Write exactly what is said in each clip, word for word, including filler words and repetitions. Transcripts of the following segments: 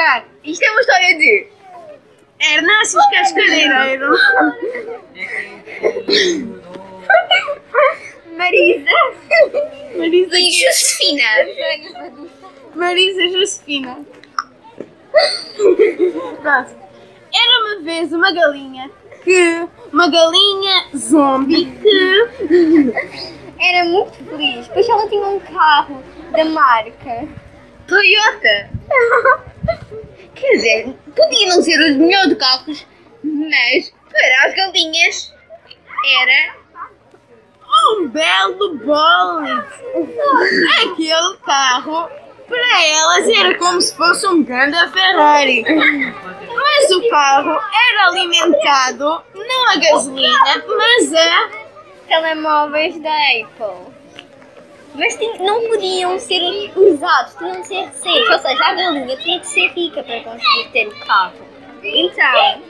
explicar. Isto é uma história de Hernácio Cascareireiro, Marisa. Marisa E Josefina. Marisa Josefina. Pronto. Era uma vez uma galinha que... Uma galinha zombie que... Era muito feliz, pois ela tinha um carro da marca Toyota. Quer dizer, podia não ser os melhores carros, mas para as galinhas era um belo bólido. Aquele carro para elas era como se fosse um grande Ferrari. Mas o carro era alimentado não a gasolina, mas a telemóveis da Apple. Mas não podiam ser usados, tinham de ser receitos. Ou seja, a galinha tinha de ser rica para conseguir ter o carro. Então,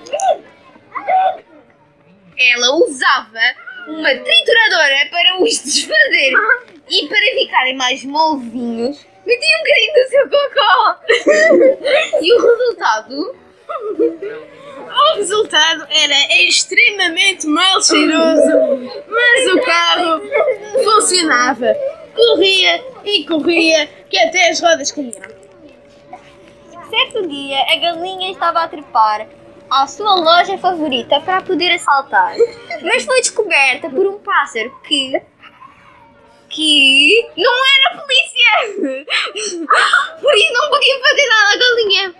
ela usava uma trituradora para os desfazer e para ficarem mais molvinhos, metia um bocadinho do seu cocó. E o resultado? O resultado era extremamente mal cheiroso, mas o carro funcionava. Corria e corria, que até as rodas caíram. certo dia, a galinha estava a trepar à sua loja favorita para poder assaltar. Mas foi descoberta por um pássaro que... que não era a polícia. Por isso não podia fazer nada à galinha.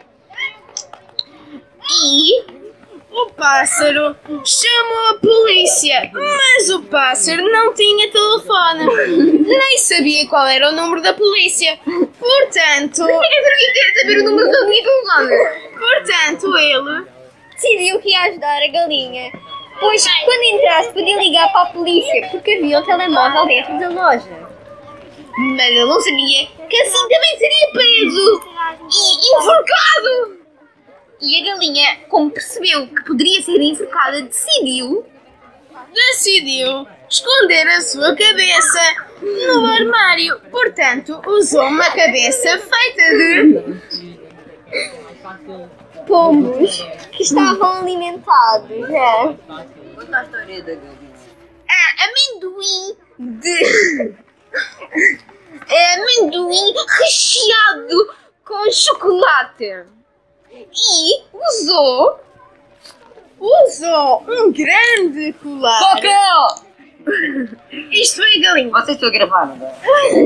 E o pássaro chamou a polícia, mas o pássaro não tinha telefone, nem sabia qual era o número da polícia. Portanto, quer saber o número da minha telefone. Portanto, ele decidiu que ia ajudar a galinha, pois quando entrasse podia ligar para a polícia, porque havia um telemóvel dentro da loja. Mas ele não sabia que assim também seria preso e enforcado. E a galinha, como percebeu que poderia ser enforcada, decidiu... Decidiu esconder a sua cabeça no armário. Portanto, usou uma cabeça feita de... pombos que estavam alimentados, é? Conta a história da galinha. Ah, amendoim de... amendoim recheado com chocolate. E usou, usou um grande colar. Cocô! Isto foi a galinha. Vocês estão a gravar, não é?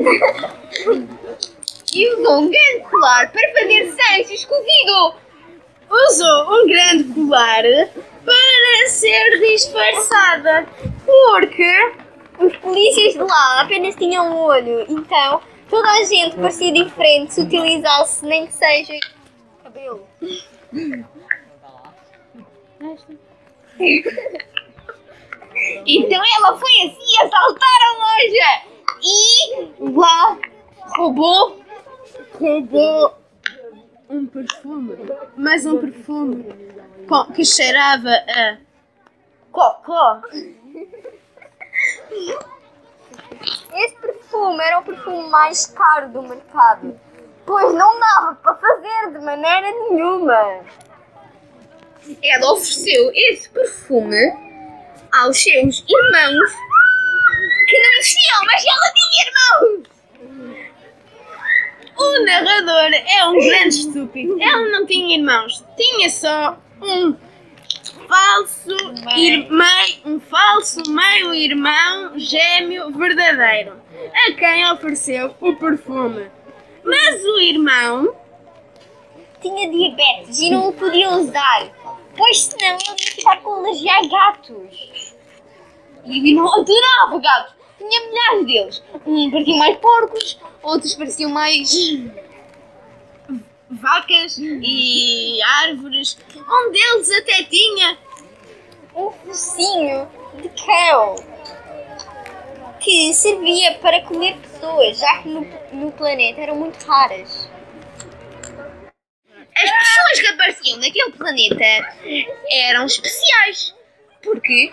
E usou um grande colar para fazer sanches cozido. Usou um grande colar para ser disfarçada. Porque os polícias de lá apenas tinham um olho, então toda a gente parecia diferente se utilizasse nem que seja cabelo. Então ela foi assim assaltar a loja e lá roubou, roubou um perfume, mas um perfume com, que cheirava a cocó. Esse perfume era o perfume mais caro do mercado, pois não dava para fazer de maneira nenhuma. Ela ofereceu esse perfume aos seus irmãos que não mereciam, mas ela tinha irmãos. O narrador é um grande estúpido. Ela não tinha irmãos, tinha só um falso irmão, um falso meio-irmão gêmeo verdadeiro, a quem ofereceu o perfume. Mas o irmão tinha diabetes e não o podia usar, pois senão ele ia ficar com alergia a gatos. E o irmão adorava gatos, tinha milhares deles. Um pareciam mais porcos, outros pareciam mais vacas e árvores. Um deles até tinha um focinho de cão que servia para comer pessoas, já que no, no planeta eram muito raras. As pessoas que apareciam naquele planeta eram especiais. Porquê?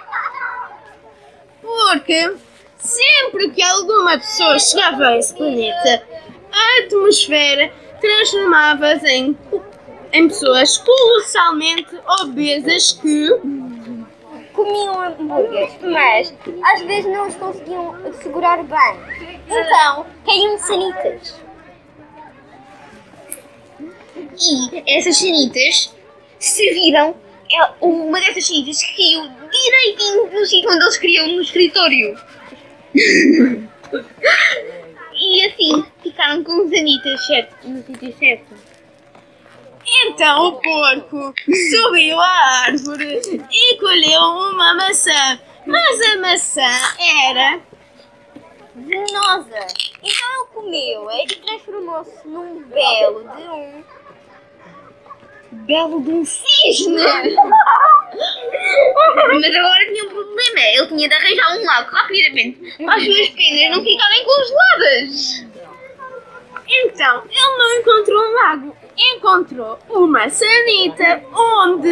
Porque sempre que alguma pessoa chegava a esse planeta, a atmosfera transformava-se em em pessoas colossalmente obesas que comiam hambúrgueres, mas às vezes não os conseguiam segurar bem. Então, caíam sanitas. E essas sanitas serviram. Uma dessas sanitas caiu direitinho no sítio onde eles queriam, no escritório. E assim ficaram com os anitas certo, no sítio certo. Então o porco subiu à árvore e colheu uma maçã. Mas a maçã era venenosa. Então ele comeu e transformou-se num belo de um belo de um cisne. Mas agora tinha um problema. Ele tinha de arranjar um lago rapidamente para as suas penas não ficarem congeladas. Então ele não encontrou um lago, encontrou uma sanita onde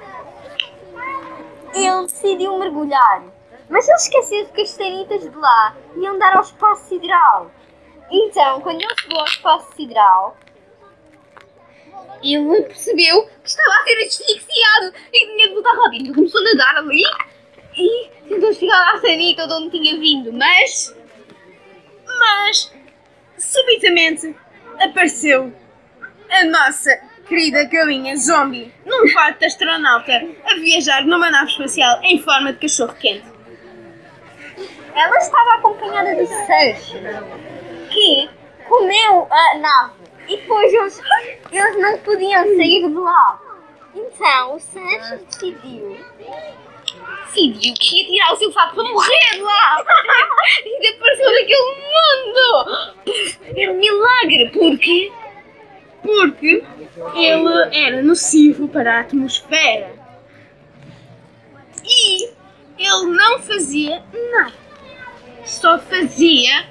ele decidiu mergulhar. Mas ele esqueceu que as sanitas de lá iam dar ao espaço sideral. Então, quando ele chegou ao espaço sideral, ele percebeu que estava a ser asfixiado e tinha de voltar rápido. Começou a nadar ali e tentou chegar à sanita de onde tinha vindo, mas... Mas... subitamente apareceu a nossa querida galinha zombie num fato de astronauta a viajar numa nave espacial em forma de cachorro-quente. Ela estava acompanhada de Sancho, que comeu a nave e depois eles, eles não podiam sair de lá. Então o Sancho decidiu decidiu que ia tirar o seu fato para morrer de lá e desapareceu daquele mundo. Era um milagre, porque porque ele era nocivo para a atmosfera e ele não fazia nada, só fazia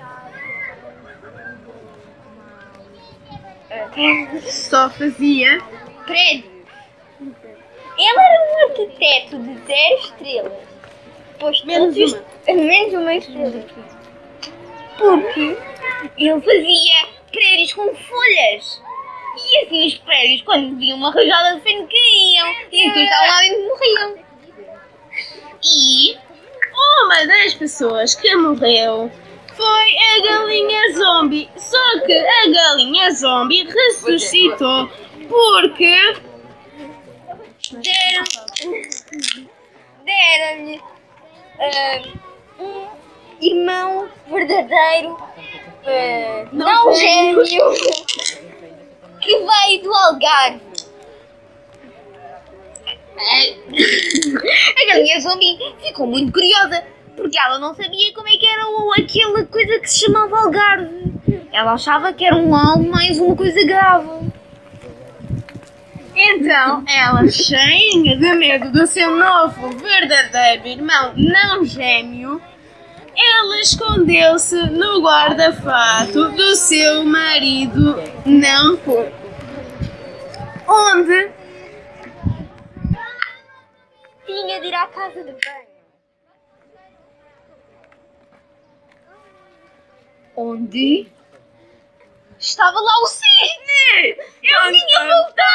só fazia prédios. Ele era um arquiteto de zero estrelas, pois menos todos, uma. menos uma estrela, porque ele fazia prédios com folhas. E assim os prédios, quando viam uma rajada de feno, caíam. E então estavam lá dentro e morriam. E uma das pessoas que morreu foi a galinha zombie. Só que a galinha zombie ressuscitou porque deram, deram-lhe uh, um irmão verdadeiro, uh, não, não gêmeo, que veio do Algarve. A galinha zombie ficou muito curiosa, porque ela não sabia como é que era o, aquela coisa que se chamava Algarve. Ela achava que era um algo mais uma coisa grave. Então, ela, cheia de medo do seu novo verdadeiro irmão não gêmeo, ela escondeu-se no guarda-fato do seu marido não porco, onde tinha de ir à casa de banho. Onde estava lá o cisne! Ele tinha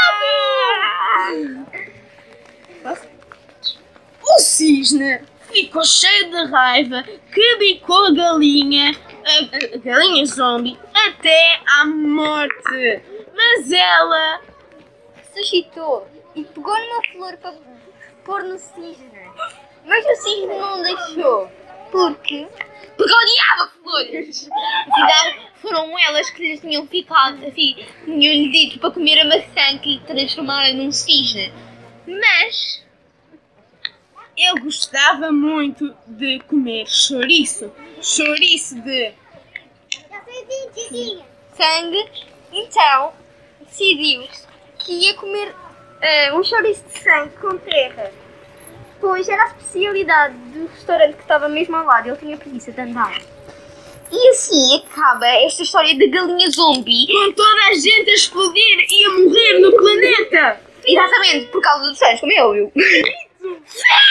voltado! O cisne ficou cheio de raiva que bicou a galinha, a, a galinha zombie, até à morte. Mas ela ressuscitou e pegou numa flor para pôr no cisne. Mas o cisne não deixou, porque porque odiava flores. Afinal, foram elas que lhes tinham ficado, assim, tinham-lhe dito para comer a maçã que lhe transformaram num cisne. Mas eu gostava muito de comer chouriço. Chouriço de sangue. Então, decidiu que ia comer uh, um chouriço de sangue com terra. Pois era a especialidade do restaurante que estava mesmo ao lado. Ele tinha preguiça de andar. E assim acaba esta história da galinha zombie, com toda a gente a explodir e a morrer no planeta. Exatamente, por causa do Sancho, como é óbvio.